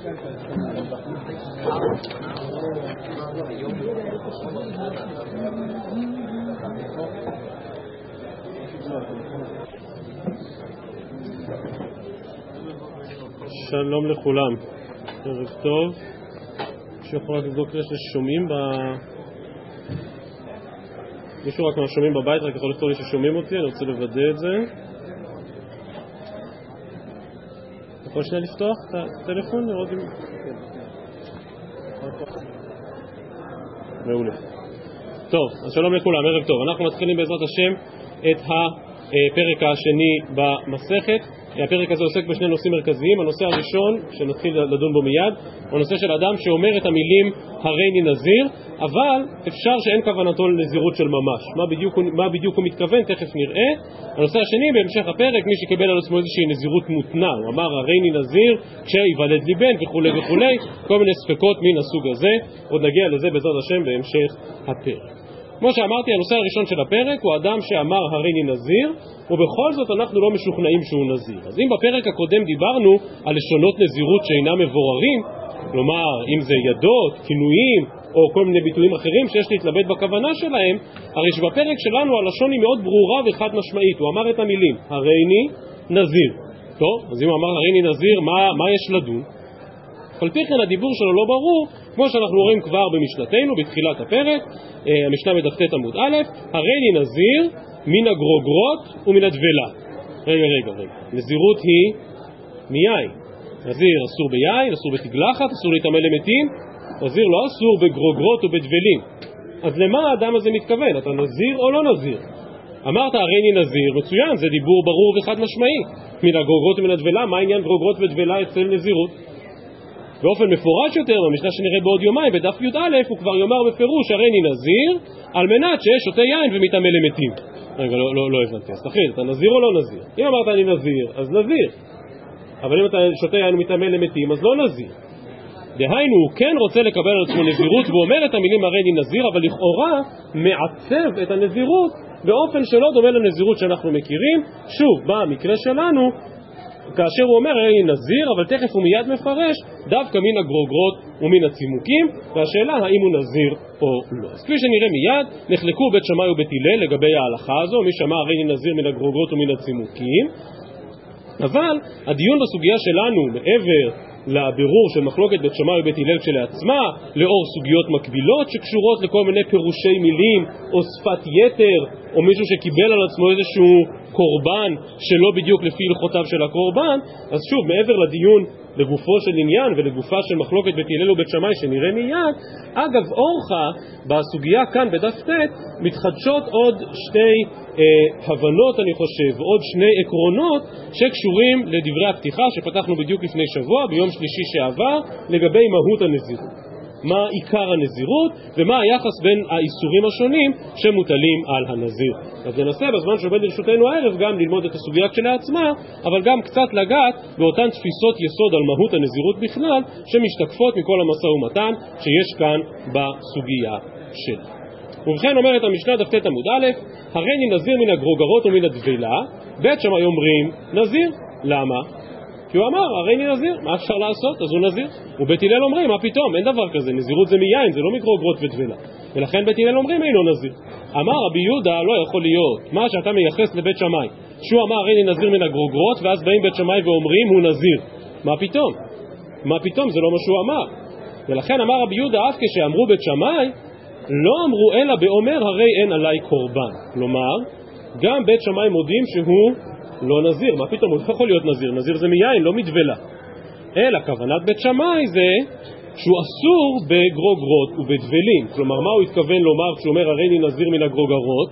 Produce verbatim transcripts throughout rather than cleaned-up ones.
שלום לכולם, ערב טוב. שיכול רק לבדוק יש ששומעים ב... מישהו רק מהשומעים בבית, רק יכול לכתוב לי ששומעים אותי, אני רוצה לוודא את זה. יכול שנייה לפתוח את הטלפון, לראות אם... מעולה. טוב, אז שלום לכולם, ערב טוב. אנחנו מתחילים בעזרת השם את הפרק השני במסכת. הפרק הזה עוסק בשני נושאים מרכזיים. הנושא הראשון, שנתחיל לדון בו מיד, הוא הנושא של אדם שאומר את המילים הריני נזיר, אבל אפשר שאין כוונתו לנזירות של ממש. מה בדיוק, מה בדיוק הוא מתכוון, תכף נראה. הנושא השני, בהמשך הפרק, מי שקיבל על עצמו איזושהי נזירות מותנה, הוא אמר הריני נזיר כשיוולד לי בן וכו' וכו', כל מיני ספקות מן הסוג הזה. עוד נגיע לזה בעזרת השם בהמשך הפרק. כמו שאמרתי, הנושא הראשון של הפרק הוא אדם שאמר הריני נזיר, ובכל זאת אנחנו לא משוכנעים שהוא נזיר. אז אם בפרק הקודם דיברנו על לשונות נזירות שאינם מבוררים, כלומר אם זה ידות, כינויים או כל מיני ביטויים אחרים שיש להתלבט בכוונה שלהם, הרי שבפרק שלנו הלשון היא מאוד ברורה וחד משמעית. הוא אמר את המילים הריני נזיר. טוב, אז אם הוא אמר הריני נזיר, מה, מה יש לדון? על פי כן הדיבור שלו לא ברור, כמו שאנחנו רואים כבר במשנתנו בתחילת הפרק, המשנה בדף ט' עמוד א', הריני נזיר מן הגרוגרות ומן הדבלה. רגע רגע רגע, נזירות היא מיין. נזיר אסור ביין, אסור בתגלחת, אסור להתאמן למתים. נזיר לא אסור בגרוגרות ובדבלים. אז למה האדם הזה מתכוון? אתה נזיר או לא נזיר? אמרת הריני נזיר, מצוין, זה דיבור ברור וחד משמעי. מן הגרוגרות ומן הדבלה, מה העניין גרוגרות ודבלה אצל נזירות? באופן מפורש יותר, במשנה שנראה בעוד יומיים, בדף י"א, הוא כבר יאמר בפירוש הריני נזיר, על מנת שיש שותה יין ומתאמן למתים. רגע, לא, לא, לא הבנתי. אז תחיל, אתה נזיר או לא נזיר? אם אמרת אני נזיר, אז נזיר. אבל אם אתה שותה יין ומתאמן למתים, אז לא נזיר. דהיינו, הוא כן רוצה לקבל על עצמו נזירות, והוא אומר את המילים הריני נזיר, אבל לכאורה מעצב את הנזירות באופן שלא דומה לנזירות שאנחנו מכירים. שוב, במקרה שלנו, כאשר הוא אומר הריני נזיר, אבל תכף הוא מיד מפרש דווקא מן הגרוגרות ומן הצימוקים, והשאלה האם הוא נזיר או לא. אז כפי שנראה מיד, נחלקו בית שמאי ובית הלל לגבי ההלכה הזו, מי שאמר הריני נזיר מן הגרוגרות ומן הצימוקים. אבל הדיון בסוגיה שלנו, מעבר לבירור של מחלוקת בית שמאי ובית הלל כשלעצמה, לאור סוגיות מקבילות שקשורות לכל מיני פירושי מילים או שפת יתר, או מישהו שקיבל על עצמו איזשהו קורבן שלא בדיוק לפי הלכותיו של הקורבן, אז שוב, מעבר לדיון לגופו של עניין ולגופה של מחלוקת בית הלל ובית שמאי שנראה מיד, אגב אורחה בסוגיה כאן בדף ט' מתחדשות עוד שתי אה, הבנות אני חושב, עוד שני עקרונות שקשורים לדברי הפתיחה שפתחנו בדיוק לפני שבוע ביום שלישי שעבר לגבי מהות הנזירות. מה עיקר הנזירות ומה היחס בין האיסורים השונים שמוטלים על הנזיר. אז ננסה בזמן שעובד לרשותנו הערב גם ללמוד את הסוגיה כשלעצמה, אבל גם קצת לגעת באותן תפיסות יסוד על מהות הנזירות בכלל שמשתקפות מכל המשא ומתן שיש כאן בסוגיה שלה. ובכן אומרת המשנה דף ט' עמוד א', הריני נזיר מן הגרוגרות ומן הדבלה. בית שמאי אומרים נזיר. למה? כי הוא אמר, הריני נזיר, מה אפשר לעשות? אז הוא נזיר. ובית הלל אומרים, מה פתאום? אין דבר כזה, נזירות זה מיין, זה לא מגרוגרות ודבלה. ולכן בית הלל אומרים, אינו נזיר. אמר רבי יהודה, לא יכול להיות, מה שאתה מייחס לבית שמאי, שהוא אמר, הריני נזיר מן הגרוגרות, ואז באים בית שמאי ואומרים, הוא נזיר. מה פתאום? מה פתאום? זה לא מה שהוא אמר. ולכן אמר רבי יהודה, אף כשאמרו בית שמאי, לא אמרו אלא באומר, הרי אין עליי קורבן. כלומר, גם בית שמאי מודים שהוא לא נזיר. מה פתאום? הוא לא יכול להיות נזיר. נזיר זה מיין, לא מדבלה. אלא כוונת בית שמאי זה שהוא אסור בגרוגרות ובדבלים. כלומר, מה הוא התכוון לומר כשהוא אומר הריני נזיר מן הגרוגרות?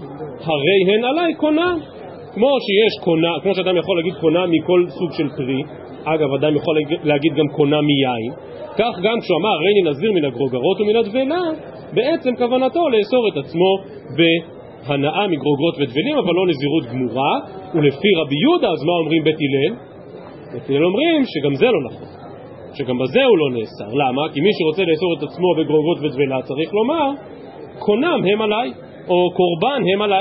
הרי הן עליי קונה. כמו שיש קונה, כמו שאדם יכול להגיד קונה מכל סוג של פרי, אגב, אדם יכול להגיד גם קונה מיין, כך גם כשהוא אמר הריני נזיר מן הגרוגרות ומן הדבלה, בעצם כוונתו לאסור את עצמו ב... הנאה מגרוגרות ודבלים, אבל לא נזירות גמורה. ולפי רבי יהודה, אז מה אומרים בית הלל? בית הלל אומרים שגם זה לא נכון, שגם בזה הוא לא נאסר. למה? כי מי שרוצה לאסור את עצמו בגרוגרות ודבלה צריך לומר קונם הם עליי, או קורבן הם עליי.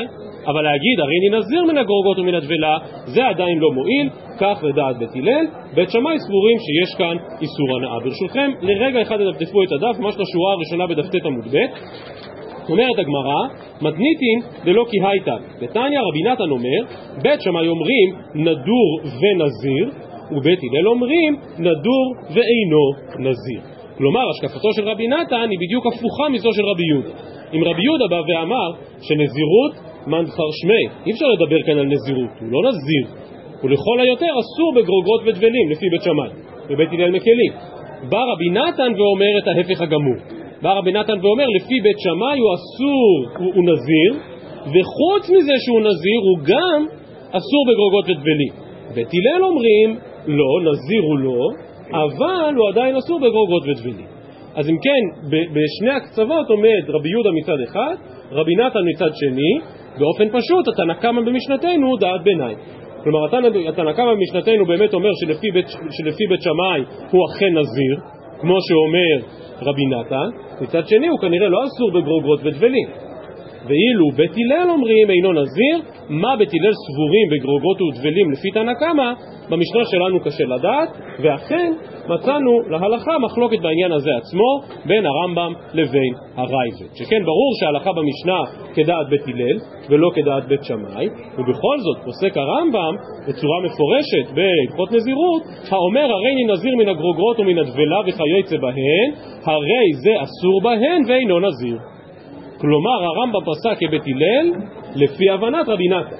אבל להגיד הרי אני נזיר מן הגרוגות ומן הדבלה, זה עדיין לא מועיל, כך לדעת בית הלל. בית שמאי סבורים שיש כאן איסור הנאה. ברשותכם, לרגע אחד תדפדפו את הדף, ממש לשורה הראשונה בדף ט' עמוד ב'. אומרת הגמרא, מתניתין דלא כי הייתן. בתניא רבי נתן אומר, בית שמאי אומרים נדור ונזיר, ובית הלל אומרים נדור ואינו נזיר. כלומר, השקפתו של רבי נתן היא בדיוק הפוכה מזו של רבי יהודה. אם רבי יהודה בא ואמר שנזירות מן דחר שמי, אי אפשר לדבר כאן על נזירות, הוא לא נזיר, הוא לכל היותר אסור בגרוגרות ודבלים לפי בית שמאי, ובית הלל מקלים. בא רבי נתן ואומר את ההפך הגמור. בא רבי נתן ואומר לפי בית שמאי הוא אסור, הוא, הוא נזיר, וחוץ מזה שהוא נזיר הוא גם אסור בגרוגרות ודבלים. בית הלל אומרים לא, נזיר הוא לא, אבל הוא עדיין אסור בגרוגרות ודבלים. אז אם כן, בשני הקצוות עומד רבי יהודה מצד אחד, רבי נתן מצד שני. באופן פשוט, התנא קמא במשנתנו הוא דעת ביניים. כלומר, התנא קמא במשנתנו באמת אומר שלפי בית, שלפי בית שמאי הוא אכן נזיר, כמו שאומר רבי נתן. מצד שני הוא כנראה לא אסור בגרוגרות ודבלים. ואילו בית הלל אומרים אינו נזיר, מה בית הלל סבורים בגרוגרות ודבלים לפי תנא קמא, במשנה שלנו קשה לדעת, ואכן מצאנו להלכה מחלוקת בעניין הזה עצמו בין הרמב"ם לבין הרייבד. שכן ברור שההלכה במשנה כדעת בית הלל ולא כדעת בית שמאי, ובכל זאת פוסק הרמב"ם בצורה מפורשת בהלכות נזירות, האומר הרי אני נזיר מן הגרוגרות ומן הדבלה וכיוצא בהן, הרי זה אסור בהן ואינו נזיר. כלומר הרמב"ם פסק כבית הלל לפי הבנת רבי נתן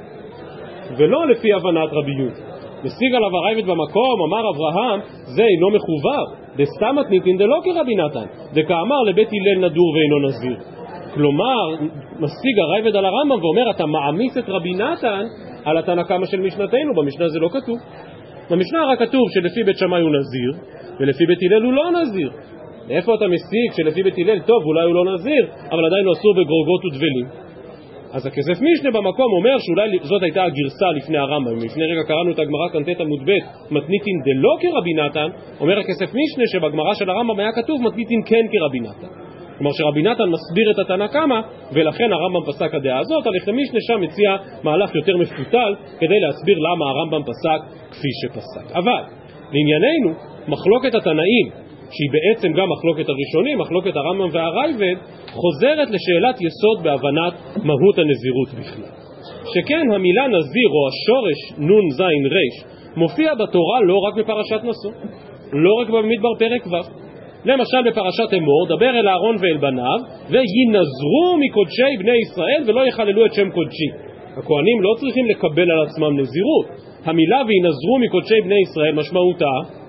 ולא לפי הבנת רבי יהודה. משיג עליו הרייבד במקום, אמר אברהם זה אינו מחובר, דסתם מתניתין דלא כרבי נתן, דכאמר לבית הלל נדור ואינו נזיר. כלומר משיג הרייבד על הרמב"ם ואומר אתה מעמיס את רבי נתן על התנא קמא של משנתנו. במשנה זה לא כתוב. במשנה רק כתוב שלפי בית שמאי הוא נזיר ולפי בית הלל הוא לא נזיר. איפה אתה משיג שלפי בית הלל טוב אולי הוא לא נזיר אבל עדיין הוא אסור בגרוגות ודבלים? אז הכסף משנה במקום אומר שאולי זאת הייתה הגרסה לפני הרמב"ם. לפני רגע קראנו את הגמרא כאן ט' עמוד ב' מתניתין דלא כרבי נתן, אומר הכסף משנה שבגמרא של הרמב"ם היה כתוב מתניתין כן כרבי נתן, כלומר שרבי נתן מסביר את התנא קמא ולכן הרמב"ם פסק הדעה הזאת. הלכת משנה שם מציע מהלך יותר מפותל כדי להסביר למה הרמב"ם פסק כפי שפסק. אבל לענייננו מחלוקת התנאים שהיא בעצם גם מחלוקת הראשונים, מחלוקת הרמב"ם והרייבד, חוזרת לשאלת יסוד בהבנת מהות הנזירות בכלל. שכן המילה נזיר או השורש נון זין ריש מופיע בתורה לא רק בפרשת נשוא, לא רק במדבר פרק ו'. למשל בפרשת אמור דבר אל אהרון ואל בניו וינזרו מקודשי בני ישראל ולא יחללו את שם קודשי. הכהנים לא צריכים לקבל על עצמם נזירות. המילה וינזרו מקודשי בני ישראל משמעותה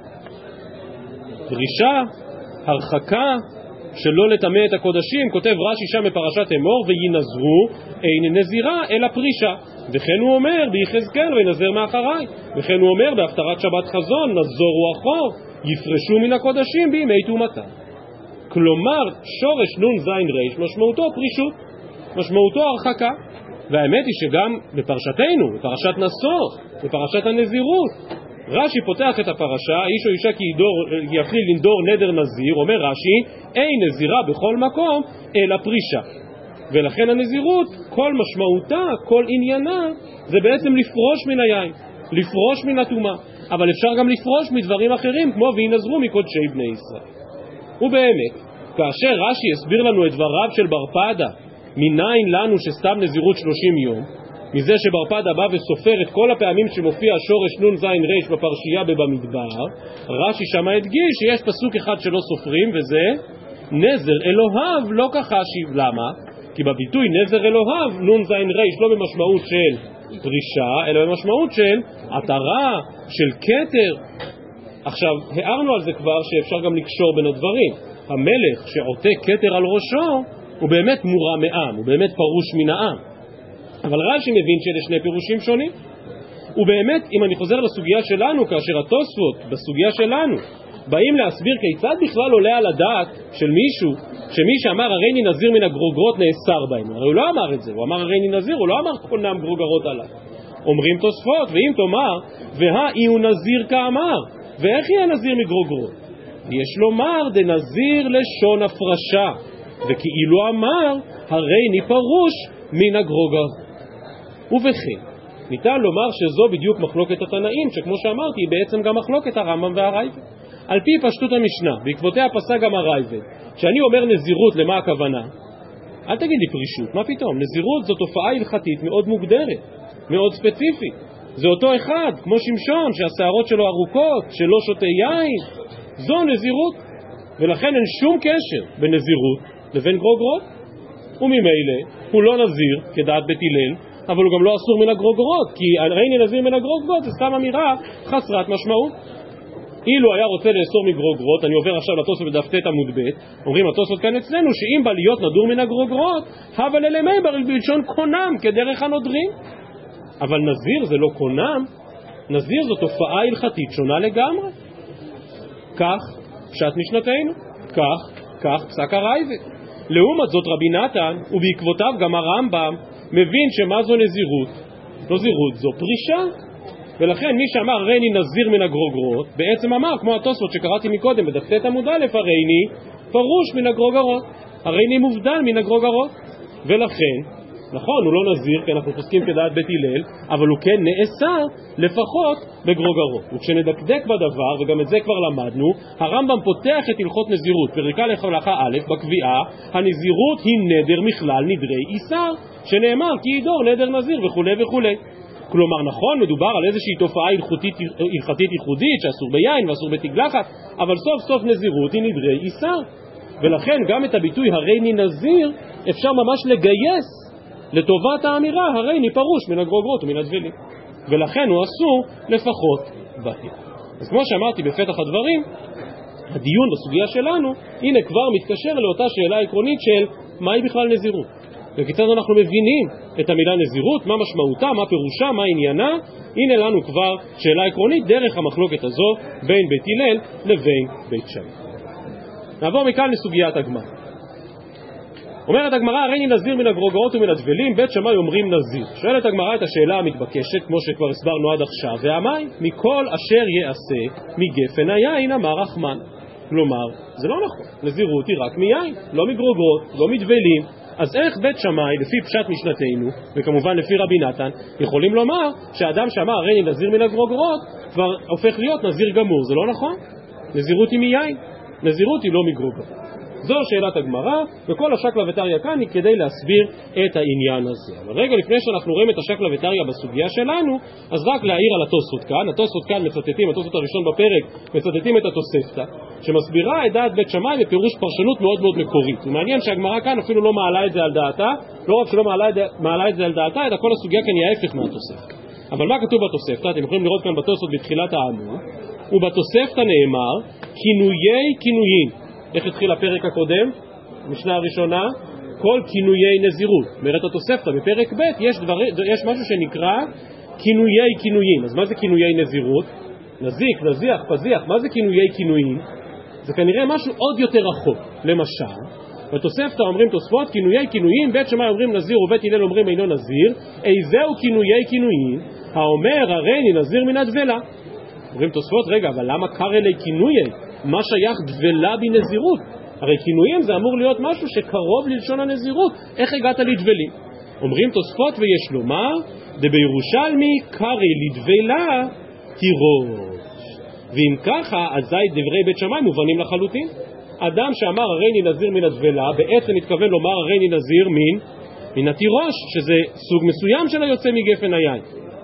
דרישה, הרחקה, שלא לטמא את הקודשים. כותב רש"י שם בפרשת אמור וינזרו אין נזירה אלא פרישה, וכן הוא אומר ביחזקאל וינזר מאחריי, וכן הוא אומר בהפטרת שבת חזון נזורו אחור יפרשו מן הקודשים בימי טומאתם. כלומר שורש נון זין ריש משמעותו פרישות, משמעותו הרחקה. והאמת היא שגם בפרשתנו, בפרשת נשוא, בפרשת הנזירות, רש"י פותח את הפרשה, איש או אישה כי יפליל לנדור נדר נזיר, אומר רש"י, אין נזירה בכל מקום אלא פרישה. ולכן הנזירות, כל משמעותה, כל עניינה, זה בעצם לפרוש מן היין, לפרוש מן הטומאה. אבל אפשר גם לפרוש מדברים אחרים, כמו וינזרו מקודשי בני ישראל. ובאמת, כאשר רש"י הסביר לנו את דבריו של בר פדה, מניין לנו שסתם נזירות שלושים יום, מזה שבר פדה בא וסופר את כל הפעמים שמופיע שורש נון זין ריש בפרשייה בבמדבר, רש"י שמה הדגיש שיש פסוק אחד שלא סופרים וזה נזר אלוהיו לא כחשיב. למה? כי בביטוי נזר אלוהיו נון זין ריש לא במשמעות של פרישה אלא במשמעות של עטרה, של כתר. עכשיו הערנו על זה כבר שאפשר גם לקשור בין הדברים. המלך שעוטה כתר על ראשו הוא באמת מורם מעם, הוא באמת פרוש מן העם. אבל רש"י מבין שאלה שני פירושים שונים. ובאמת, אם אני חוזר לסוגיה שלנו, כאשר התוספות בסוגיה שלנו באים להסביר כיצד בכלל עולה על הדעת של מישהו, שמי שאמר הרי אני נזיר מן הגרוגרות נאסר בהם. הרי הוא לא אמר את זה, הוא אמר הרי אני נזיר, הוא לא אמר קונם גרוגרות עליו. אומרים תוספות, ואם תאמר, והאי הוא נזיר כאמר, ואיך יהיה נזיר מגרוגרות? יש לומר דנזיר לשון הפרשה, וכאילו אמר הרי אני פרוש מן הגרוגרות. ובכן, ניתן לומר שזו בדיוק מחלוקת התנאים, שכמו שאמרתי, היא בעצם גם מחלוקת הרמב"ם והרייבד. על פי פשטות המשנה, בעקבותיה פסק גם הרייבד, כשאני אומר נזירות, למה הכוונה? אל תגיד לי פרישות, מה פתאום? נזירות זו תופעה הלכתית מאוד מוגדרת, מאוד ספציפית. זה אותו אחד, כמו שמשון, שהשערות שלו ארוכות, שלא שותה יין. זו נזירות, ולכן אין שום קשר בין נזירות לבין גרוגרות. וממילא הוא לא נזיר כדעת בית הלל, אבל הוא גם לא אסור מן הגרוגרות, כי הריני נזיר מן הגרוגרות זה סתם אמירה חסרת משמעות. אילו היה רוצה לאסור מגרוגרות, אני עובר עכשיו לתוספות בדף ט' עמוד ב', אומרים התוספות כאן אצלנו שאם בא להיות נדור מן הגרוגרות, אבל אלה מי בלשון קונם כדרך הנודרים. אבל נזיר זה לא קונם, נזיר זו תופעה הלכתית שונה לגמרי. כך פשט משנתנו, כך, כך פסק הרייבד. לעומת זאת רבי נתן, ובעקבותיו גם הרמב"ם, מבין שמה זו נזירות? נזירות זו פרישה. ולכן מי שאמר הריני נזיר מן הגרוגרות, בעצם אמר, כמו התוספות שקראתי מקודם בדף ט' עמוד א', הריני פרוש מן הגרוגרות, הריני מובדל מן הגרוגרות. ולכן, נכון, הוא לא נזיר, כי אנחנו פוסקים כדעת בית הלל, אבל הוא כן נאסר לפחות בגרוגרות. וכשנדקדק בדבר, וגם את זה כבר למדנו, הרמב"ם פותח את הלכות נזירות, פריקה להלכה א', בקביעה, הנזירות היא נדר מכלל נדרי איסר, שנאמר כי ידור נדר נזיר וכו' וכו'. כלומר, נכון, מדובר על איזושהי תופעה הלכתית, הלכתית ייחודית, שאסור ביין ואסור בתגלחת, אבל סוף סוף נזירות היא נדרי איסר. ולכן גם את הביטוי הריני נזיר אפשר ממש לגייס לטובת האמירה הריני פרוש מן הגרוגרות ומן הדבלים, ולכן הוא אסור לפחות בהיר. אז כמו שאמרתי בפתח הדברים, הדיון בסוגיה שלנו הנה כבר מתקשר לאותה שאלה עקרונית של מהי בכלל נזירות, וכיצד אנחנו מבינים את המילה נזירות, מה משמעותה, מה פירושה, מה עניינה. הנה לנו כבר שאלה עקרונית דרך המחלוקת הזו בין בית הלל לבין בית שמאי. נעבור מכאן לסוגיית הגמרא. אומרת הגמרא הריני נזיר מן הגרוגרות ומן הדבלים, בית שמאי אומרים נזיר. שואלת הגמרא את השאלה המתבקשת, כמו שכבר הסברנו עד עכשיו, והמי מכל אשר יעשה מגפן היין אמר רחמן. כלומר, זה לא נכון, נזירות היא רק מיין, לא מגרוגרות, לא מדבלים. אז איך בית שמאי, לפי פשט משנתנו, וכמובן לפי רבי נתן, יכולים לומר שהאדם שאמר הריני נזיר מן הגרוגרות כבר הופך להיות נזיר גמור? זה לא נכון, נזירות היא מיין, נזירות היא לא מגרוגרות. זו שאלת הגמרא, וכל השקלא וטריא כאן היא כדי להסביר את העניין הזה. אבל רגע לפני שאנחנו רואים את השקלא וטריא בסוגיה שלנו, אז רק להעיר על התוספות כאן. התוספות כאן מצטטים, התוספות הראשון בפרק מצטטים את התוספתא, שמסבירה את דעת בית שמאי בפירוש פרשנות מאוד מאוד מקורית. ומעניין שהגמרא כאן אפילו לא מעלה את זה על דעתה, לא רק שלא מעלה, מעלה את זה על דעתה, אלא כל הסוגיה כאן היא ההפך מהתוספתא. אבל מה כתוב בתוספתא? אתם יכולים לראות כאן בתוספות בתחילת העמוד, ובתוספתא נאמר כינויי כינויים. איך התחיל הפרק הקודם? משנה הראשונה, כל כינויי נזירות. אומרת התוספתא, בפרק ב' יש, דבר, יש משהו שנקרא כינויי כינויים. אז מה זה כינויי נזירות? נזיק, נזיח, פזיח, מה זה כינויי כינויים? זה כנראה משהו עוד יותר רחוק. למשל, בתוספתא אומרים תוספות כינויי כינויים, בית שמאי אומרים נזיר ובית הלל אומרים אינו נזיר. איזהו כינויי כינויים? האומר הריני נזיר מן הדבלה. אומרים תוספות, רגע, אבל למה קרא לי כינויי? מה שייך דבלה בנזירות? הרי כינויים זה אמור להיות משהו שקרוב ללשון הנזירות. איך הגעת לדבלים? אומרים תוספות ויש לומר דבירושלמי קרי לדבלה תירוש. ואם ככה, אזי דברי בית שמאי מובנים לחלוטין. אדם שאמר הריני נזיר מן הדבלה בעצם מתכוון לומר הריני נזיר מן מן התירוש, שזה סוג מסוים של היוצא מגפן היין.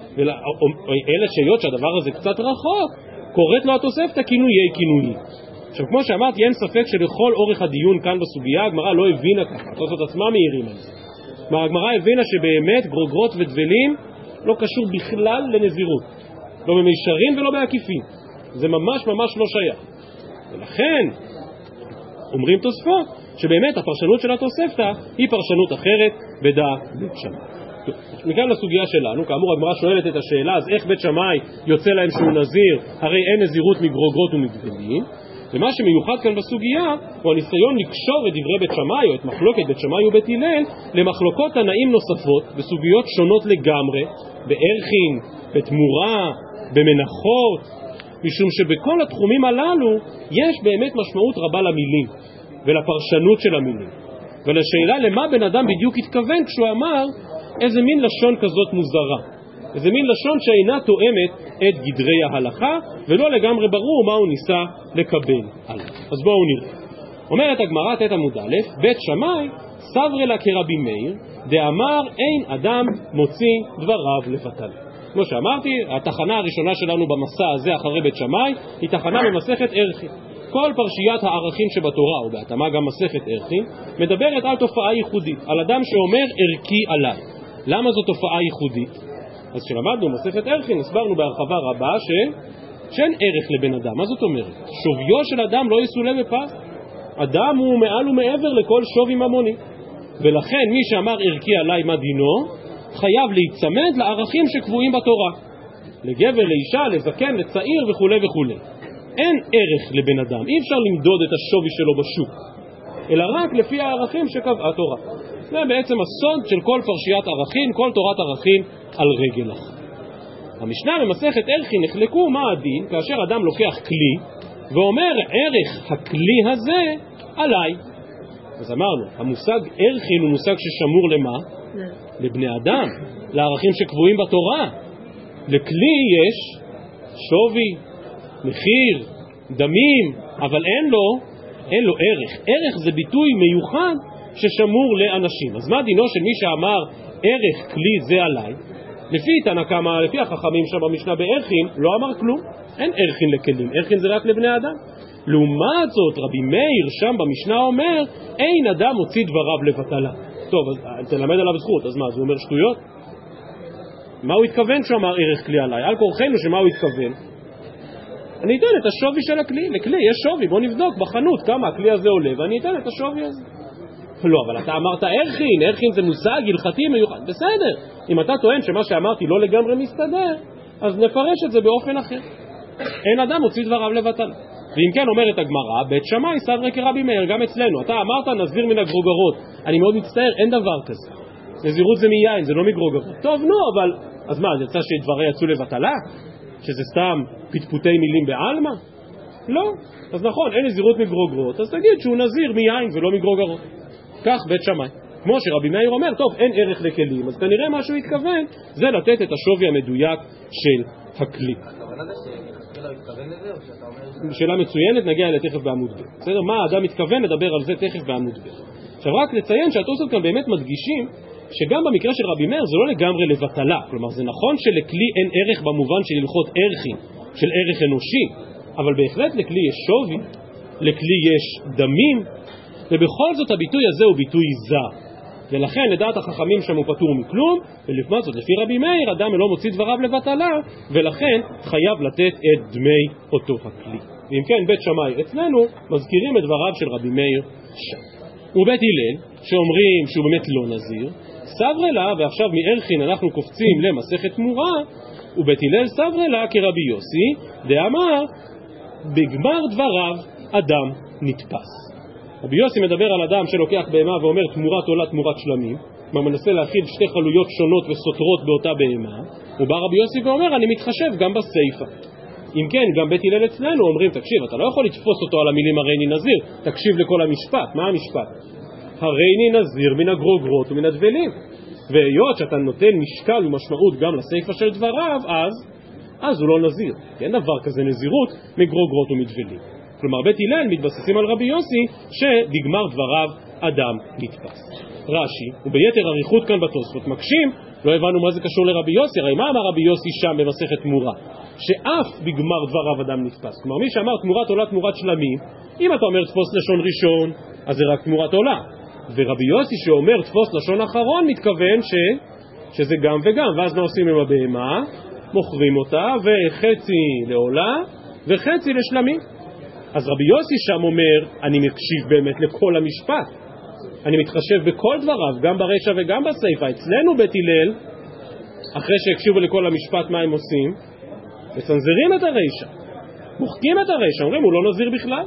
אלא שהיות שהדבר הזה קצת רחוק, קוראת לו התוספתא כינויי כינויים. עכשיו כמו שאמרתי, אין ספק שלכל אורך הדיון כאן בסוגיה הגמרא לא הבינה ככה, התוספות עצמם מעירים על זה. הגמרא הבינה שבאמת גרוגרות ודבלים לא קשור בכלל לנזירות, לא במישרין ולא בעקיפין, זה ממש ממש לא שייך. ולכן אומרים תוספות שבאמת הפרשנות של התוספתא היא פרשנות אחרת בדעת בית שמאי. מכאן לסוגיה שלנו, כאמור הגמרא שואלת את השאלה, אז איך בית שמאי יוצא להם שהוא נזיר, הרי אין נזירות מגרוגרות ומדבלים. ומה שמיוחד כאן בסוגיה הוא הניסיון לקשור את דברי בית שמאי או את מחלוקת בית שמאי ובית הלל למחלוקות תנאים נוספות בסוגיות שונות לגמרי, בערכין, בתמורה, במנחות, משום שבכל התחומים הללו יש באמת משמעות רבה למילים ולפרשנות של המילים ולשאלה למה בן אדם בדיוק התכוון כשהוא אמר איזה מין לשון כזאת מוזרה, איזה מין לשון שאינה תואמת את גדרי ההלכה, ולא לגמרי ברור מה הוא ניסה לקבל עליו. אז בואו נראה. אומרת הגמרא תת עמוד א', בית שמאי סברי לה כרבי מאיר, דאמר אין אדם מוציא דבריו לבטל. כמו שאמרתי, התחנה הראשונה שלנו במסע הזה אחרי בית שמאי היא תחנה במסכת ערכין. כל פרשיית הערכים שבתורה, ובהתאמה גם מסכת ערכין, מדברת על תופעה ייחודית, על אדם שאומר ערכי עליי. למה זו תופעה ייחודית? אז כשלמדנו מסכת ערכין הסברנו בהרחבה רבה ש... שאין ערך לבן אדם. מה זאת אומרת? שוויו של אדם לא יסולה בפז. אדם הוא מעל ומעבר לכל שווי ממוני, ולכן מי שאמר ערכי עליי מה דינו חייב להיצמד לערכים שקבועים בתורה, לגבר, לאישה, לזקן, לצעיר וכו' וכו'. אין ערך לבן אדם, אי אפשר למדוד את השווי שלו בשוק, אלא רק לפי הערכים שקבעה התורה. זה בעצם הסוד של כל פרשיית ערכים, כל תורת ערכים על רגל אחת. המשנה במסכת ערכין נחלקו מה הדין כאשר אדם לוקח כלי ואומר ערך הכלי הזה עליי. אז אמרנו, המושג ערכין הוא מושג ששמור למה? לבני אדם, לערכים שקבועים בתורה. לכלי יש שווי, מחיר, דמים, אבל אין לו, אין לו ערך. ערך זה ביטוי מיוחד ששמור לאנשים. אז מה דינו של מי שאמר ערך כלי זה עליי? לפי תנא קמא, לפי החכמים שם במשנה בערכין, לא אמר כלום. אין ערכין לכלים, ערכין זה רק לבני אדם. לעומת זאת רבי מאיר שם במשנה אומר אין אדם מוציא דבריו לבטלה. טוב, אז תלמד עליו זכות, אז מה, אז הוא אומר שטויות? מה הוא התכוון שהוא אמר ערך כלי עליי? על כורחנו שמה הוא התכוון? אני אתן את השווי של הכלי, לכלי יש שווי, בוא נבדוק בחנות כמה הכלי הזה עולה ואני אתן את השווי הזה. לא, אבל אתה אמרת ערכין, ערכין זה מושג הלכתי מיוחד, בסדר. אם אתה טוען שמה שאמרתי לא לגמרי מסתדר, אז נפרש את זה באופן אחר. אין אדם מוציא דבריו לבטלה. ואם כן אומרת הגמרא, בית שמאי סברי כרבי מאיר, גם אצלנו. אתה אמרת נזיר מן הגרוגרות. אני מאוד מצטער, אין דבר כזה. נזירות זה מיין, זה לא מגרוגרות. טוב, נו, אבל... אז מה, זה יצא שדברי יצאו לבטלה? שזה סתם פטפוטי מילים בעלמא? לא. אז נכון, אין נזירות מגרוגרות, אז תגיד שהוא נזיר מיין ולא מגרוגרות. כך בית שמאי. כמו שרבי מאיר אומר, טוב, אין ערך לכלים, אז כנראה מה שהוא התכוון זה לתת את השווי המדויק של הכלי. שאלה מצוינת, נגיע אליה תכף בעמוד ב'. בסדר? מה האדם מתכוון לדבר על זה תכף בעמוד ב'. עכשיו רק לציין שהתוספות כאן באמת מדגישים שגם במקרה של רבי מאיר זה לא לגמרי לבטלה. כלומר זה נכון שלכלי אין ערך במובן של הלכות ערכין, של ערך אנושי, אבל בהחלט לכלי יש שווי, לכלי יש דמים, ובכל זאת הביטוי הזה הוא ביטוי זר. ולכן לדעת החכמים שם הוא פטור מכלום, ולפני זאת לפי רבי מאיר אדם לא מוציא דבריו לבטלה, ולכן חייב לתת את דמי אותו הכלי. ואם כן בית שמאי אצלנו מזכירים את דבריו של רבי מאיר שם. ובית הלל שאומרים שהוא באמת לא נזיר, סברי לה, ועכשיו מערכין אנחנו קופצים למסכת תמורה, ובית הלל סברי לה כרבי יוסי דאמר בגמר דבריו אדם נתפס. רבי יוסי מדבר על אדם שלוקח בהמה ואומר תמורת עולה תמורת שלמים, מה מנסה להכיל שתי חלויות שונות וסותרות באותה בהמה, ובא רבי יוסי ואומר אני מתחשב גם בסייפה. אם כן, גם בית הלל אצלנו אומרים תקשיב, אתה לא יכול לתפוס אותו על המילים הריני נזיר, תקשיב לכל המשפט. מה המשפט? הריני נזיר מן הגרוגרות ומן הדבלים, והיות שאתה נותן משקל ומשמעות גם לסייפה של דבריו, אז אז הוא לא נזיר, כי אין דבר כזה נזירות מגרוגרות ומדבלים. כלומר בית הלל מתבססים על רבי יוסי שבגמר דבריו אדם נתפס. רש"י וביתר אריכות כאן בתוספות מקשים, לא הבנו מה זה קשור לרבי יוסי, הרי מה אמר רבי יוסי שם במסכת תמורה? שאף בגמר דבריו אדם נתפס. כלומר מי שאמר תמורת עולה תמורת שלמים, אם אתה אומר תפוס לשון ראשון אז זה רק תמורת עולה, ורבי יוסי שאומר תפוס לשון אחרון מתכוון ש... שזה גם וגם, ואז מה עושים עם הבהמה? מוכרים אותה וחצי לעולה וחצי לשלמים. אז רבי יוסי שם אומר אני מקשיב באמת לכל המשפט, אני מתחשב בכל דבריו, גם ברשע וגם בסייפה. אצלנו בית הלל אחרי שהקשיבו לכל המשפט מה הם עושים? מצנזרים את הרשע, מוחקים את הרשע, אומרים הוא לא נזיר בכלל,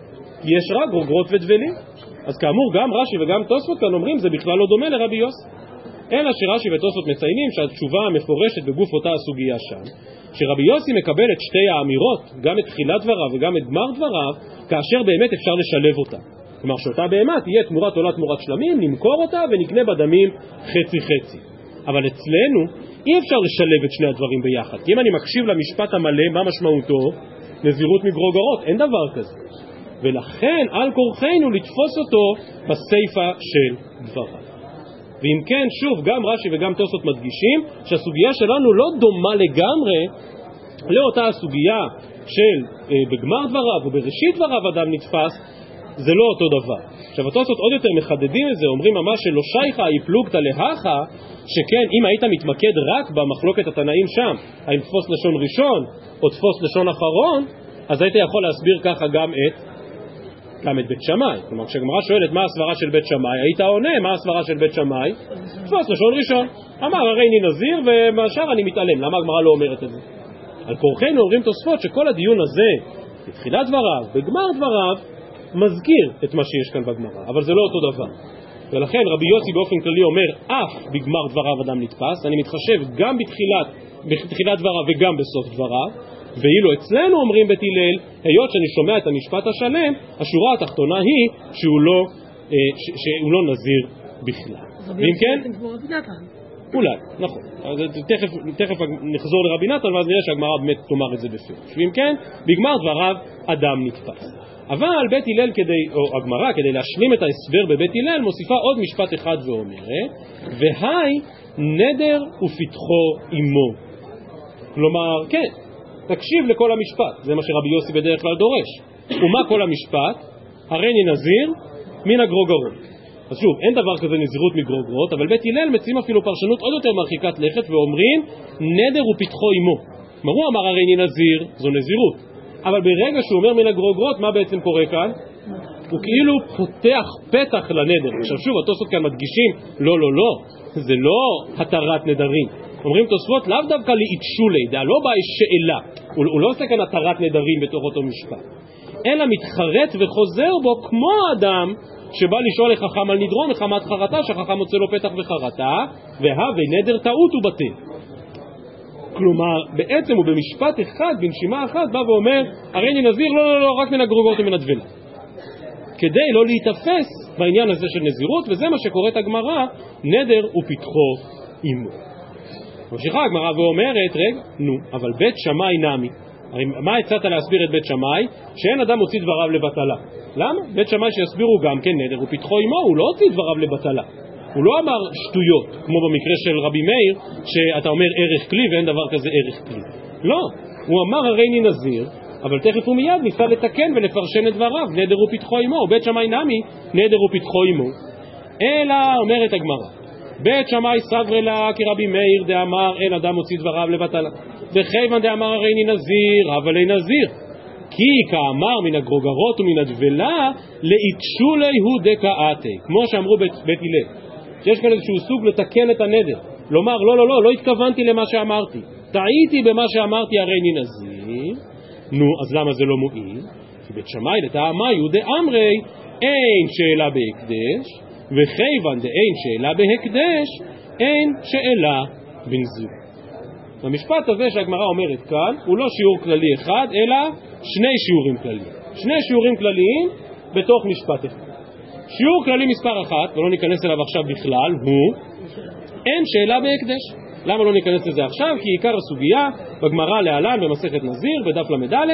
יש רק גרוגרות ודבלים. אז כאמור גם רש"י וגם תוספות כאן אומרים זה בכלל לא דומה לרבי יוסי, אלא שרש"י ותוספות מציינים שהתשובה המפורשת בגוף אותה הסוגיה שם שרבי יוסי מקבל את שתי האמירות, גם את תחילת דבריו וגם את גמר דבריו, כאשר באמת אפשר לשלב אותה. כלומר שאותה בהמה תהיה תמורת עולה תמורת שלמים, נמכור אותה ונקנה בדמים חצי חצי. אבל אצלנו אי אפשר לשלב את שני הדברים ביחד. כי אם אני מקשיב למשפט המלא, מה משמעותו? נזירות מגרוגרות, אין דבר כזה. ולכן על כורחנו לתפוס אותו בסייפה של דבריו. ואם כן, שוב, גם רש"י וגם תוספות מדגישים שהסוגיה שלנו לא דומה לגמרי לאותה הסוגיה של אה, בגמר דבריו ובראשית דבריו אדם נתפס, זה לא אותו דבר. עכשיו התוספות עוד יותר מחדדים את זה, אומרים ממש שלא שייכה היא פלוגתא להכה, שכן אם היית מתמקד רק במחלוקת התנאים שם, האם תפוס לשון ראשון או תפוס לשון אחרון, אז היית יכול להסביר ככה גם את גם את בית שמאי. כלומר, כשהגמרא שואלת מה הסברה של בית שמאי, היית עונה מה הסברה של בית שמאי, תפוס לשון ראשון. אמר הרי אני נזיר ומשאר אני מתעלם. למה הגמרא לא אומרת את זה? על כורחנו אומרים תוספות שכל הדיון הזה, בתחילת דבריו, בגמר דבריו, מזכיר את מה שיש כאן בגמרא, אבל זה לא אותו דבר. ולכן רבי יוסי באופן כללי אומר, אף בגמר דבריו אדם נתפס, אני מתחשב גם בתחילת, בתחילת דבריו וגם בסוף דבריו, ואילו אצלנו אומרים בית הלל, היות שאני שומע את המשפט השלם, השורה התחתונה היא שהוא לא, ש, שהוא לא נזיר בכלל. ואם כן? אולי, נכון. אז תכף, תכף נחזור לרבי נתן, ואז נראה שהגמרא באמת תאמר את זה בפירוש. ואם כן, בגמר דבריו אדם נתפס. אבל בית הלל כדי, או הגמרא, כדי להשלים את ההסבר בבית הלל, מוסיפה עוד משפט אחד ואומרת, והי נדר ופתחו עמו. כלומר, כן, תקשיב לכל המשפט, זה מה שרבי יוסי בדרך כלל דורש. ומה כל המשפט? הריני נזיר מן הגרוגרות. אז שוב, אין דבר כזה נזירות מגרוגרות, אבל בית הלל מציעים אפילו פרשנות עוד יותר מרחיקת לכת ואומרים נדר ופתחו עמו. מה הוא אמר הריני נזיר? זו נזירות. אבל ברגע שהוא אומר מן הגרוגרות, מה בעצם קורה כאן? הוא כאילו פותח פתח לנדר. עכשיו שוב, התוספות כאן מדגישים, לא, לא, לא, זה לא התרת נדרים. אומרים תוספות לאו דווקא לאיתשולי, זה לא בא שאלה. הוא, הוא לא עושה כאן התרת נדרים בתוך אותו משפט. אלא מתחרט וחוזר בו כמו אדם שבא לשאול לחכם על נדרו מחמת חרטה, שהחכם מוצא לו פתח וחרטה, והווה נדר טעות ובטל. כלומר, בעצם הוא במשפט אחד, בנשימה אחת, בא ואומר, הרי אני נזיר, לא, לא, לא, רק מן הגרוגרות ומן הדבלה. כדי לא להתאפס בעניין הזה של נזירות, וזה מה שקוראת הגמרא, נדר ופתחו עמו. ממשיכה הגמרא ואומרת, רגע, נו, אבל בית שמאי נמי. הרי מה הצעת להסביר את בית שמאי? שאין אדם הוציא דבריו לבטלה. למה? בית שמאי שיסבירו גם כן נדר ופתחו עמו, הוא לא הוציא דבריו לבטלה. הוא לא אמר שטויות, כמו במקרה של רבי מאיר, שאתה אומר ערך כלי ואין דבר כזה ערך כלי. לא, הוא אמר הרי אני נזיר, אבל תכף הוא מיד ניסה לתקן ולפרשן את דבריו, נדר ופתחו עמו, בית שמאי נמי, נדר ופתחו עמו. אלא אומרת הגמרא, בית שמאי סברי לה כרבי מאיר דאמר אין אדם הוציא דבריו לבטלה. וכיוון דאמר הרי אני נזיר, אבל אין נזיר. כי כאמר מן הגרוגרות ומן הדבלה, לאיתשולי הוא דקאתי, כמו שאמרו בית, בית הלל. שיש כאן איזשהו סוג לתקן את הנדר. לומר, לא, לא, לא, לא התכוונתי למה שאמרתי. טעיתי במה שאמרתי, הרי אני נזיר. נו, אז למה זה לא מועיל? כי בית שמאי לטעמי הוא דאמרי, אין שאלה בהקדש, וכיוון דאין שאלה בהקדש, אין שאלה בנזיר. המשפט הזה שהגמרא אומרת כאן, הוא לא שיעור כללי אחד, אלא שני שיעורים כלליים. שני שיעורים כלליים בתוך משפט אחד. שיעור כללי מספר אחת, ולא ניכנס אליו עכשיו בכלל, הוא אין שאלה בהקדש. למה לא ניכנס לזה עכשיו? כי עיקר הסוגיה בגמרא להלן במסכת נזיר, בדף למד-א',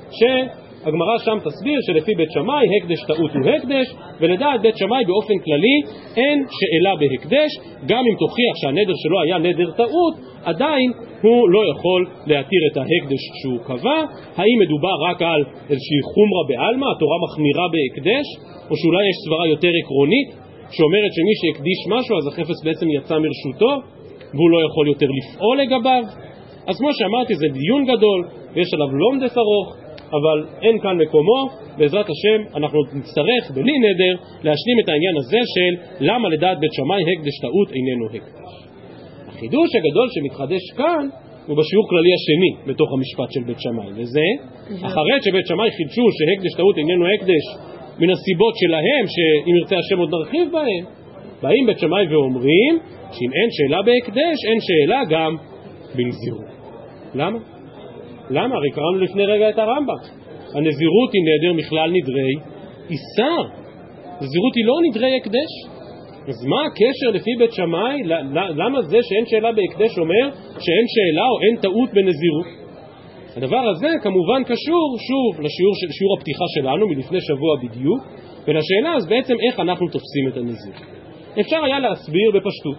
שהגמרא שם תסביר שלפי בית שמאי הקדש טעות הוא הקדש, ולדעת בית שמאי באופן כללי אין שאלה בהקדש, גם אם תוכיח שהנדר שלו היה נדר טעות, עדיין הוא לא יכול להתיר את ההקדש שהוא קבע. האם מדובר רק על איזושהי חומרה בעלמא, התורה מחמירה בהקדש, או שאולי יש סברה יותר עקרונית שאומרת שמי שהקדיש משהו אז החפץ בעצם יצא מרשותו והוא לא יכול יותר לפעול לגביו. אז כמו שאמרתי, זה דיון גדול ויש עליו לומדס ארוך, אבל אין כאן מקומו. בעזרת השם אנחנו נצטרך בלי נדר להשלים את העניין הזה של למה לדעת בית שמאי הקדש טעות איננו הקדש. החידוש הגדול שמתחדש כאן הוא בשיעור כללי השני בתוך המשפט של בית שמאי, וזה אחרי שבית שמאי חידשו שהקדש טעות איננו הקדש מן הסיבות שלהם, שאם ירצה השם עוד נרחיב בהם, באים בית שמאי ואומרים שאם אין שאלה בהקדש, אין שאלה גם בנזירות. למה? למה? הרי קראנו לפני רגע את הרמב"ם. הנזירות היא נדר מכלל נדרי איסר. נזירות היא לא נדרי הקדש. אז מה הקשר לפי בית שמאי? למה זה שאין שאלה בהקדש אומר שאין שאלה או אין טעות בנזירות? הדבר הזה כמובן קשור שוב לשיעור של, שיעור הפתיחה שלנו מלפני שבוע בדיוק, ולשאלה אז בעצם איך אנחנו תופסים את הנזיר. אפשר היה להסביר בפשטות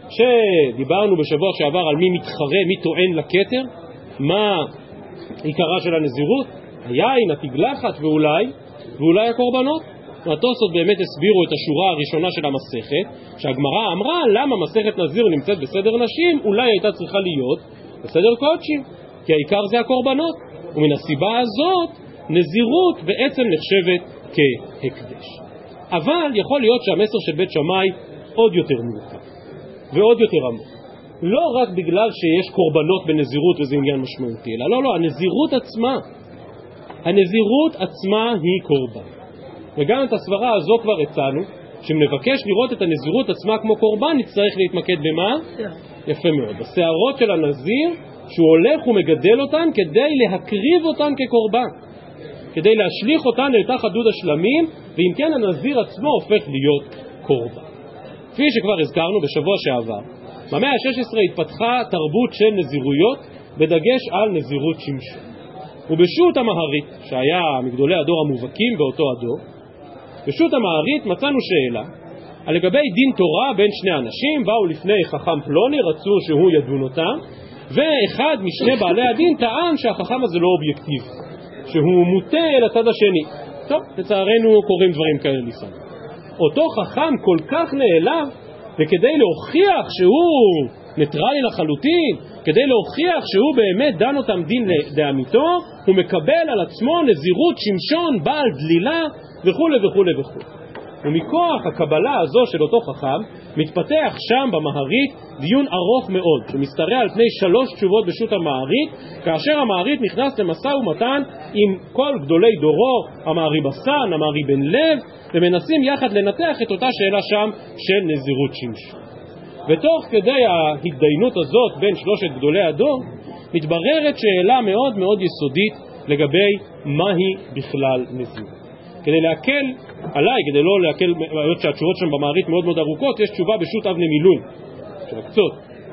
שדיברנו בשבוע שעבר על מי מתחרה, מי טוען לכתר, מה עיקרה של הנזירות, היין, התגלחת ואולי ואולי הקורבנות. התוספות באמת הסבירו את השורה הראשונה של המסכת, שהגמרא אמרה למה מסכת נזיר נמצאת בסדר נשים, אולי הייתה צריכה להיות בסדר קודשים, כי העיקר זה הקורבנות, ומן הסיבה הזאת נזירות בעצם נחשבת כהקדש. אבל יכול להיות שהמסר של בית שמאי עוד יותר מורכב ועוד יותר עמוק, לא רק בגלל שיש קורבנות בנזירות וזה עניין משמעותי, אלא לא, לא, הנזירות עצמה הנזירות עצמה היא קורבן. וגם את הסברה הזו כבר הצענו, שמבקש לראות את הנזירות עצמה כמו קורבן, נצטרך להתמקד במה? יפה מאוד, בשערות של הנזיר, שהוא הולך ומגדל אותן כדי להקריב אותן כקורבן, כדי להשליך אותן אל תחת דוד השלמים, ואם כן הנזיר עצמו הופך להיות קורבן. כפי שכבר הזכרנו בשבוע שעבר, במאה ה-שש עשרה התפתחה תרבות של נזירויות, בדגש על נזירות שמשון. ובשו"ת המהר"ית, שהיה מגדולי הדור המובהקים באותו הדור, בשו"ת המהר"ית מצאנו שאלה על לגבי דין תורה בין שני אנשים, באו לפני חכם פלוני, רצו שהוא ידון אותם, ואחד משני בעלי הדין טען שהחכם הזה לא אובייקטיב, שהוא מוטה אל הצד השני. טוב, לצערנו קוראים דברים כאלה לפעמים. אותו חכם כל כך נעלב, וכדי להוכיח שהוא ניטרלי לחלוטין, כדי להוכיח שהוא באמת דן אותם דין לאמיתו, הוא מקבל על עצמו נזירות שמשון, בעל דלילה וכו' וכו' וכו'. ומכוח הקבלה הזו של אותו חכם מתפתח שם במהר"ית דיון ארוך מאוד שמסתרע על פני שלוש תשובות בשו"ת המהר"ית, כאשר המהר"ית נכנס למשא ומתן עם כל גדולי דורו, המהרי בסן, המהרי בן לב, ומנסים יחד לנתח את אותה שאלה שם של נזירות שמשון. ותוך כדי ההתדיינות הזאת בין שלושת גדולי הדור מתבררת שאלה מאוד מאוד יסודית לגבי מהי בכלל נזירות. כדי להקל עליי, כדי לא להקל, היות שהתשובות שם במהר"ית מאוד מאוד ארוכות, יש תשובה בשו"ת אבני מילון של הקצות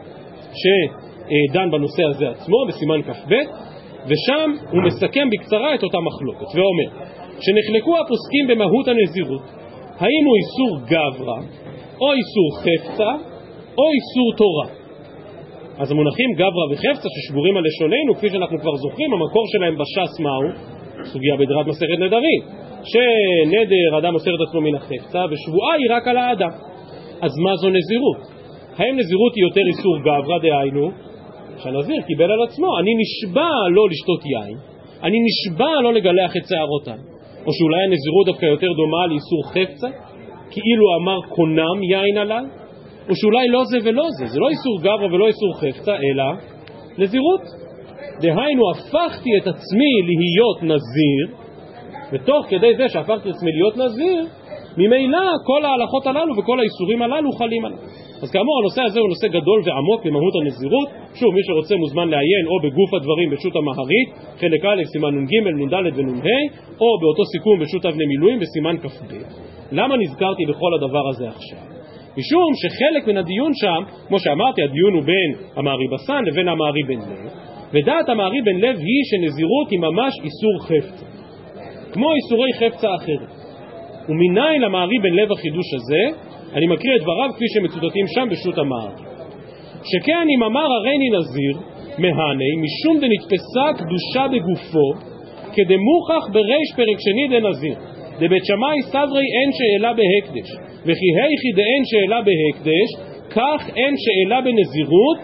שדן בנושא הזה עצמו בסימן כ"ב, ושם הוא מסכם בקצרה את אותה מחלוקת ואומר שנחלקו הפוסקים במהות הנזירות, האם הוא איסור גברא או איסור חפצה או איסור תורה. אז המונחים גברא וחפצה ששבורים על לשוננו, כפי שאנחנו כבר זוכרים, המקור שלהם בש"ס מהו? סוגיה בדרת מסכת נדרים, שנדר אדם מוסר את עצמו מן החפצה ושבועה היא רק על האדם. אז מה זו נזירות? האם נזירות היא יותר איסור גברא, דהיינו שהנזיר קיבל על עצמו, אני נשבע לא לשתות יין, אני נשבע לא לגלח את שערותיי, או שאולי הנזירות דווקא יותר דומה לאיסור חפצה, כאילו אמר קונם יין עליי, או שאולי לא זה ולא זה, זה לא איסור גברא ולא איסור חפצה, אלא נזירות. דהיינו הפכתי את עצמי להיות נזיר, ותוך כדי זה שהפכתי את עצמי להיות נזיר, ממילא כל ההלכות הללו וכל האיסורים הללו חלים עליו. אז כאמור הנושא הזה הוא נושא גדול ועמוק במהות הנזירות. שוב, מי שרוצה מוזמן לעיין או בגוף הדברים בשו"ת המהר"ית חלק א' סימן נ"ג נ"ד ונ"ה, או באותו סיכום בשו"ת אבני מילואים בסימן כ"ב. למה נזכרתי בכל הדבר הזה עכשיו? משום שחלק מן הדיון שם, כמו שאמרתי, הדיון הוא בין המהרי בסן לבין המהרי בן לב, ודעת המהרי בן לב היא שנזירות היא ממש איסור חפצה, כמו איסורי חפצה אחרים. ומניין למהרי בן לב החידוש הזה? אני מקריא את דבריו כפי שמצוטטים שם בשו"ת המהר"י. שכן אם אמר הריני נזיר מהני משום דנתפסה קדושה בגופו כדמוכח בריש פרק שני דנזיר דבית שמאי סברי אין שאלה בהקדש וכי היכי דאין שאלה בהקדש כך אין שאלה בנזירות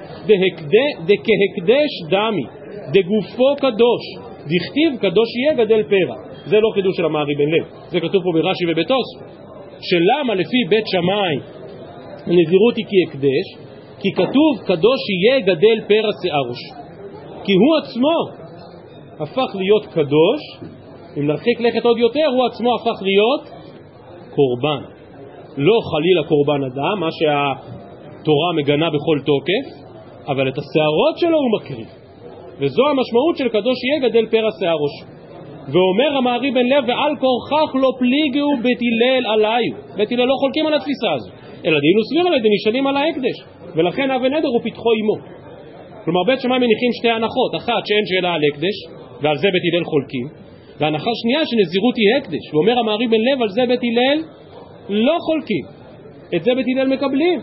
דכהקדש דמי דגופו קדוש דכתיב קדוש יהיה גדל פרע. זה לא חידוש של המהרי בן לב, זה כתוב פה ברש"י ובתוספות. שלמה לפי בית שמאי נזירות היא כהקדש? כי כתוב קדוש יהיה גדל פרע שיער ראשו, כי הוא עצמו הפך להיות קדוש. אם נרחיק לכת עוד יותר, הוא עצמו הפך להיות קורבן, לא חלילה קורבן אדם, מה שהתורה מגנה בכל תוקף, אבל את השערות שלו הוא מקריב, וזו המשמעות של קדוש יהיה גדל פרע שיער ראשו. ואומר המהרי בן לב ועל כורחך לא פליגו בית הלל עליו, בית הלל לא חולקים על התפיסה הזו, אלא דאילו סביר עלי דנשאלים על ההקדש, ולכן אב ונדר הוא פתחו עמו. כלומר בית שמאי מניחים שתי הנחות, אחת שאין שאלה על הקדש, ועל זה בית הלל חולקים, והנחה שנייה שנזירות היא הקדש, ואומר המארי בן לב על זה בית הלל לא חולקים, את זה בית הלל מקבלים,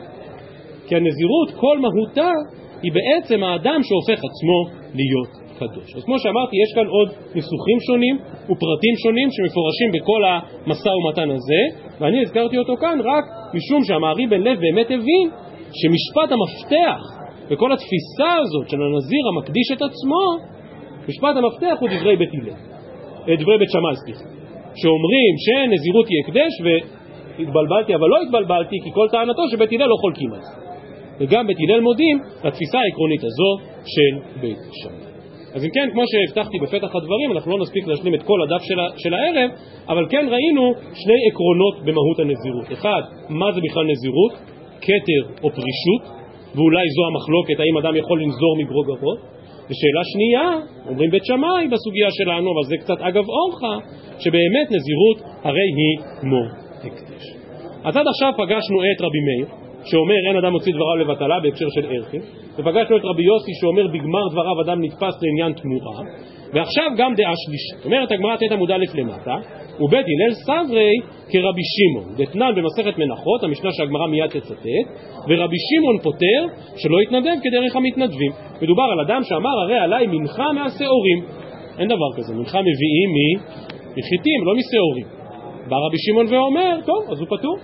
כי הנזירות כל מהותה היא בעצם האדם שהופך עצמו להיות קדוש. אז כמו שאמרתי, יש כאן עוד ניסוחים שונים ופרטים שונים שמפורשים בכל המשא ומתן הזה, ואני הזכרתי אותו כאן רק משום שהמארי בן לב באמת הבין שמשפט המפתח וכל התפיסה הזאת של הנזיר המקדיש את עצמו, משפט המפתח הוא דברי בית הלל, דברי בית שמאי, סליחה, שאומרים שנזירות היא הקדש, והתבלבלתי אבל לא התבלבלתי, כי כל טענתו שבית הלל לא חולקים על זה, וגם בית הלל מודים לתפיסה העקרונית הזו של בית שמאי. אז אם כן, כמו שהבטחתי בפתח הדברים, אנחנו לא נספיק להשלים את כל הדף של, של הערב, אבל כן ראינו שני עקרונות במהות הנזירות. אחד, מה זה בכלל נזירות? כתר או פרישות, ואולי זו המחלוקת, האם אדם יכול לנזור מגרוגרות. ושאלה שנייה, אומרים בית שמאי בסוגיה שלנו, אבל זה קצת אגב אורחה, שבאמת נזירות הרי היא מור הקדש. אז עד עכשיו פגשנו את רבי מאיר, שאומר אין אדם מוציא דבריו לבטלה בהקשר של ערכים, ופגשנו את רבי יוסי שאומר בגמר דבריו אדם נתפס לעניין תמורה, ועכשיו גם דעה שלישית. אומרת הגמרא תת עמוד א' למטה, ובית הלל סברי כרבי שמעון, דתנן במסכת מנחות, המשנה שהגמרא מיד תצטט, ורבי שמעון פוטר שלא יתנדב כדרך המתנדבים. מדובר על אדם שאמר הרי עליי מנחה מהשעורים. אין דבר כזה, מנחה מביאים מחיטים, לא משעורים. בא רבי שמעון ואומר, טוב, אז הוא פטור.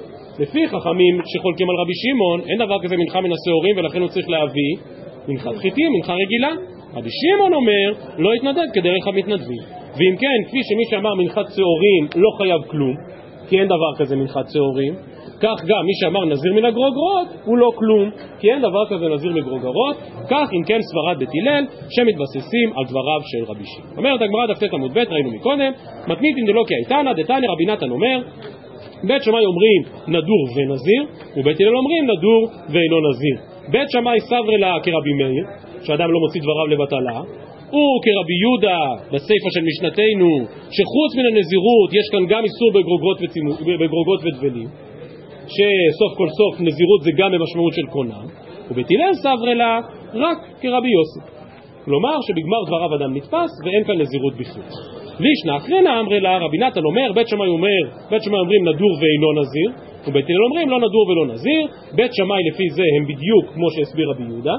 לפי חכמים שחולקים על רבי שמעון, אין דבר כזה מנחה מן השעורים, ולכן הוא צריך להביא מנחת חיטים, מנחה רגילה. רבי שמעון אומר, לא יתנדב כדרך המתנדבים. ואם כן, כפי שמי שאמר מנחת שעורים לא חייב כלום, כי אין דבר כזה מנחת שעורים, כך גם מי שאמר נזיר מן הגרוגרות הוא לא כלום, כי אין דבר כזה נזיר מגרוגרות. כך אם כן סברת בית הלל שמתבססים על דבריו של רבי שמעון. אומרת הגמרא דף ט' עמוד ב', ראינו מקודם, מתניתין דלא כאיתנא דתניא רבי נתן אומר, בית שמאי אומרים נדור ונזיר, ובית הלל אומרים נדור ואינו נזיר. בית שמאי סברי לה כרבי מאיר, שאדם לא מוציא דבריו לבטלה, הוא כרבי יהודה בספר של משנתנו, שחוץ מן הנזירות יש כאן גם איסור בגרוגרות, וצימו, בגרוגרות ודבלים, שסוף כל סוף נזירות זה גם במשמעות של קונם, ובית הלל סברי לה רק כרבי יוסי, כלומר שבגמר דבריו אדם נתפס ואין כאן נזירות בכלל. וישנה אחרנה אמרי לה, רבי נתן אומר, בית שמאי אומר, בית שמאי אומרים נדור ואינו נזיר, ובית הלל אומרים לא נדור ולא נזיר. בית שמאי לפי זה הם בדיוק כמו שהסביר רבי יהודה,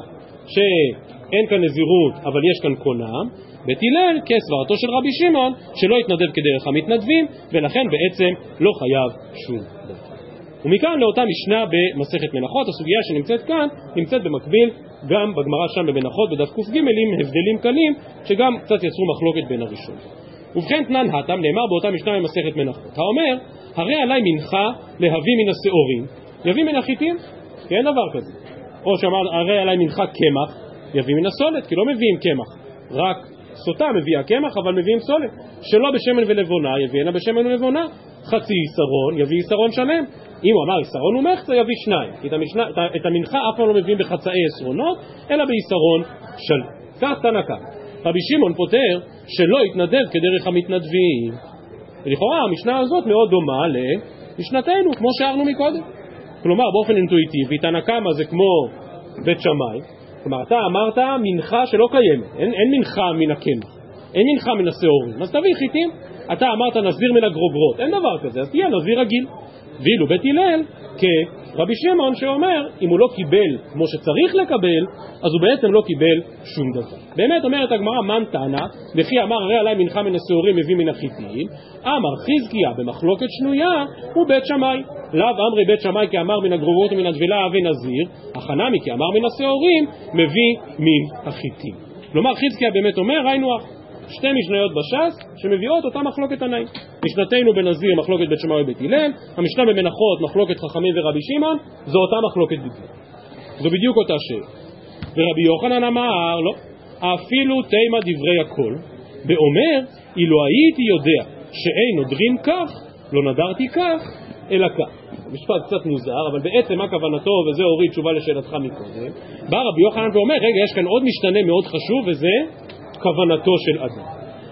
שאין כאן נזירות אבל יש כאן קונם. בית הלל כסברתו של רבי שמעון שלא יתנדב כדרך המתנדבים, ולכן בעצם לא חייב שום דבר. ומכאן לאותה משנה במסכת מנחות, הסוגיה שנמצאת כאן נמצאת במקביל גם בגמרא שם במנחות בדף ק"ג עם הבדלים קלים שגם קצת יצרו מחלוקת בין הראשון. ובכן תנן התם נאמר באותה משנה במסכת מנחות, האומר הרי עליי מנחה להביא מן השעורים יביא מן החיטים, כי אין דבר כזה. או שאמר הרי עליי מנחה קמח יביא מן הסולת, כי לא מביאים קמח, רק סוטה מביאה קמח אבל מביאים סולת. שלא בשמן ולבונה יביא הנה בשמן ולבונה. חצי יסרון יביא יסרון שלם. אם הוא אמר יסרון ומחצה יביא שניים, כי את, המשנה, את המנחה אף פעם לא מביאים בחצאי יסרונות אלא ביסרון שלם. כך תנא קמא. רבי שמעון פוטר שלא יתנדב כדרך המתנדבים. ולכאורה המשנה הזאת מאוד דומה למשנתנו כמו שהראינו מקודם. כלומר באופן אינטואיטיבי תנא קמא זה כמו בית שמאי, כלומר אתה אמרת מנחה שלא קיימת, אין, אין מנחה מן הקמח, אין מנחה מן השעורים, אז תביא חיטים. אתה אמרת נזיר מן הגרוגרות, אין דבר כזה, אז תהיה נזיר רגיל. ואילו בית הלל כרבי שמעון שאומר אם הוא לא קיבל כמו שצריך לקבל אז הוא בעצם לא קיבל שום דבר. באמת אומרת הגמרא מן תנא וכי אמר הרי עליי מנחה מן השעורים מביא מן החיטים, אמר חזקיה במחלוקת שנויה הוא בית שמאי. לאו אמרי בית שמאי כי אמר מן הגרוגרות ומן הדבלה אבי נזיר, החנמי כי אמר מן השעורים מביא מן החיטים. כלומר חזקיה באמת אומר ראינו שתי משניות בש"ס שמביאות אותה מחלוקת תנאים. משנתנו בנזיר מחלוקת בית שמאי ובית הלל, המשנה במנחות מחלוקת חכמים ורבי שמעון, זו אותה מחלוקת בדיוק. זו בדיוק אותה שאלה. ורבי יוחנן אמר לא, אפילו תימא דברי הכל, ואומר אילו הייתי יודע שאין נודרים כך לא נדרתי כך אלא כך. משפט קצת מוזר, אבל בעצם מה כוונתו, וזה הוריד תשובה לשאלתך מקודם. בא רבי יוחנן ואומר רגע יש כאן עוד משתנה מאוד חשוב וזה כוונתו של אדם.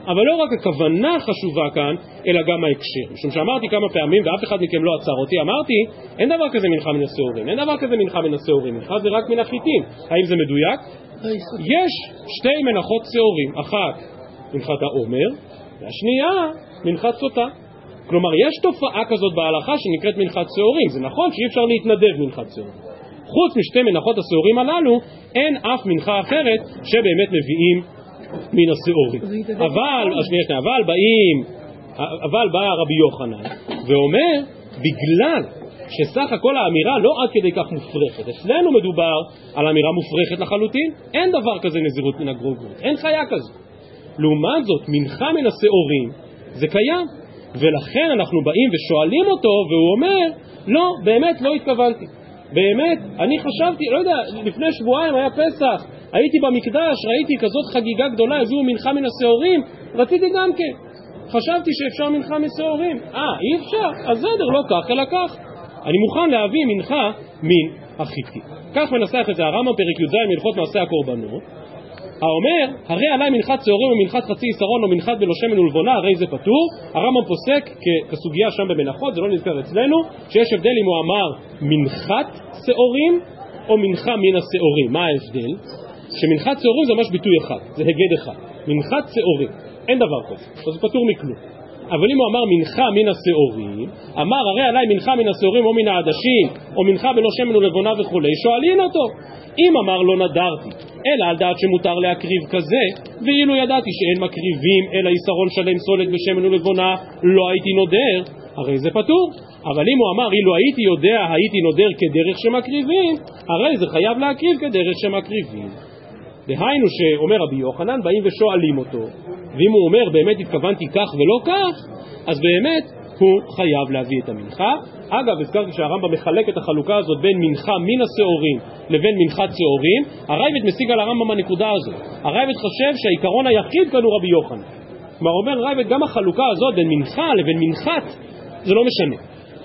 אבל לא רק הכוונה חשובה כאן, אלא גם ההקשר. משום שאמרתי כמה פעמים, ואף אחד מכם לא עצר אותי, אמרתי, אין דבר כזה מנחה מן השעורים, אין דבר כזה מנחה מן השעורים, מנחה זה רק מן החיטים. האם זה מדויק? יש שתי מנחות שעורים, אחת מנחת העומר, והשנייה מנחת סוטה. כלומר, יש תופעה כזאת בהלכה שנקראת מנחת שעורים. זה נכון שאי אפשר להתנדב מנחת שעורים. חוץ משתי מנחות השעורים הללו, אין אף מנחה אחרת שבאמת מביאים מן השעורים. אבל, השנייה שנייה, אבל באים, אבל בא רבי יוחנן ואומר, בגלל שסך הכל האמירה לא עד כדי כך מופרכת. אצלנו מדובר על אמירה מופרכת לחלוטין. אין דבר כזה נזירות מן הגרוגרות. אין חיה כזו. לעומת זאת, מנחה מן השעורים זה קיים. ולכן אנחנו באים ושואלים אותו, והוא אומר, לא, באמת לא התכוונתי. באמת, אני חשבתי, לא יודע, לפני שבועיים היה פסח, הייתי במקדש, ראיתי כזאת חגיגה גדולה, הביאו מנחה מן השעורים, רציתי גם כן. חשבתי שאפשר מנחה משעורים. אה, אי אפשר? אז זדר, לא כך אלא כך. אני מוכן להביא מנחה מן החיטים. כך מנסח את זה הרמב"ם פרק י"ז מהלכות מעשה הקורבנות. האומר, הרי עליי מנחת שעורים ומנחת חצי יסרון או מנחת בלא שמן ולבונה, הרי זה פטור. הרמב"ם פוסק כסוגיה שם במנחות, זה לא נזכר אצלנו, שיש הבדל אם הוא אמר מנחת שעורים או מנחה מן השעורים. מה ההבדל? שמנחת שעורים זה ממש ביטוי אחד, זה הגד אחד. מנחת שעורים, אין דבר כזה, אז זה פטור מכלום. אבל אם הוא אמר מנחה מן השעורים, אמר הרי עליי מנחה מן השעורים או מן העדשים, או מנחה בלא שמן ולבונה וכו', שואלים אותו. אם אמר לא נדרתי, אלא על דעת שמותר להקריב כזה, ואילו ידעתי שאין מקריבים אלא יסרון שלם סולת בשמן ולבונה, לא הייתי נודר, הרי זה פטור. אבל אם הוא אמר אילו הייתי יודע הייתי נודר כדרך שמקריבים, הרי זה חייב להקריב כדרך שמקריבים. דהיינו שאומר רבי יוחנן, באים ושואלים אותו, ואם הוא אומר באמת התכוונתי כך ולא כך, אז באמת הוא חייב להביא את המנחה. אגב, הזכרתי שהרמב"ם מחלק את החלוקה הזאת בין מנחה מן השעורים לבין מנחת שעורים. הרייבד משיג על הרמב"ם הנקודה הזאת. הרייבד חושב שהעיקרון היחיד כאן הוא רבי יוחנן. כלומר, אומר רייבד, גם החלוקה הזאת בין מנחה לבין מנחת זה לא משנה.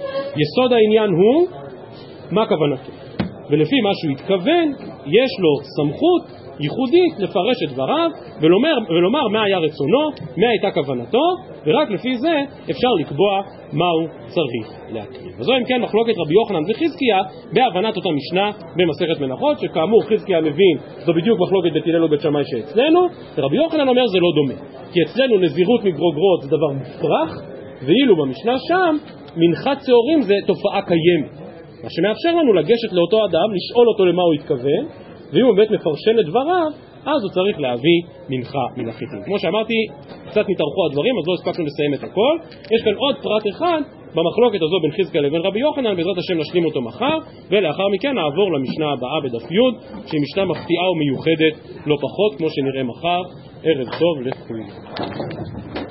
יסוד העניין הוא מה כוונתו, ולפי מה שהוא התכוון יש לו סמכות ייחודית לפרש את דבריו ולומר, ולומר מה היה רצונו, מה הייתה כוונתו, ורק לפי זה אפשר לקבוע מה הוא צריך להקריב. וזו אם כן מחלוקת רבי יוחנן וחזקיה בהבנת אותה משנה במסכת מנחות, שכאמור חזקיה מבין זו בדיוק מחלוקת בית הלל ובית שמאי שאצלנו, ורבי יוחנן אומר זה לא דומה, כי אצלנו נזירות מגרוגרות זה דבר מופרך, ואילו במשנה שם מנחת שעורים זה תופעה קיימת, מה שמאפשר לנו לגשת לאותו אדם, לשאול אותו למה הוא התכוון, ואם הוא באמת מפרשן את דבריו, אז הוא צריך להביא מנחה מן החיטים. כמו שאמרתי, קצת מתארכו הדברים, אז לא הספקנו לסיים את הכל. יש כאן עוד פרט אחד במחלוקת הזו בין חזקיה לבין רבי יוחנן, בעזרת השם נשלים אותו מחר, ולאחר מכן נעבור למשנה הבאה בדף י', שהיא משנה מפתיעה ומיוחדת לא פחות, כמו שנראה מחר. ערב טוב לכולם.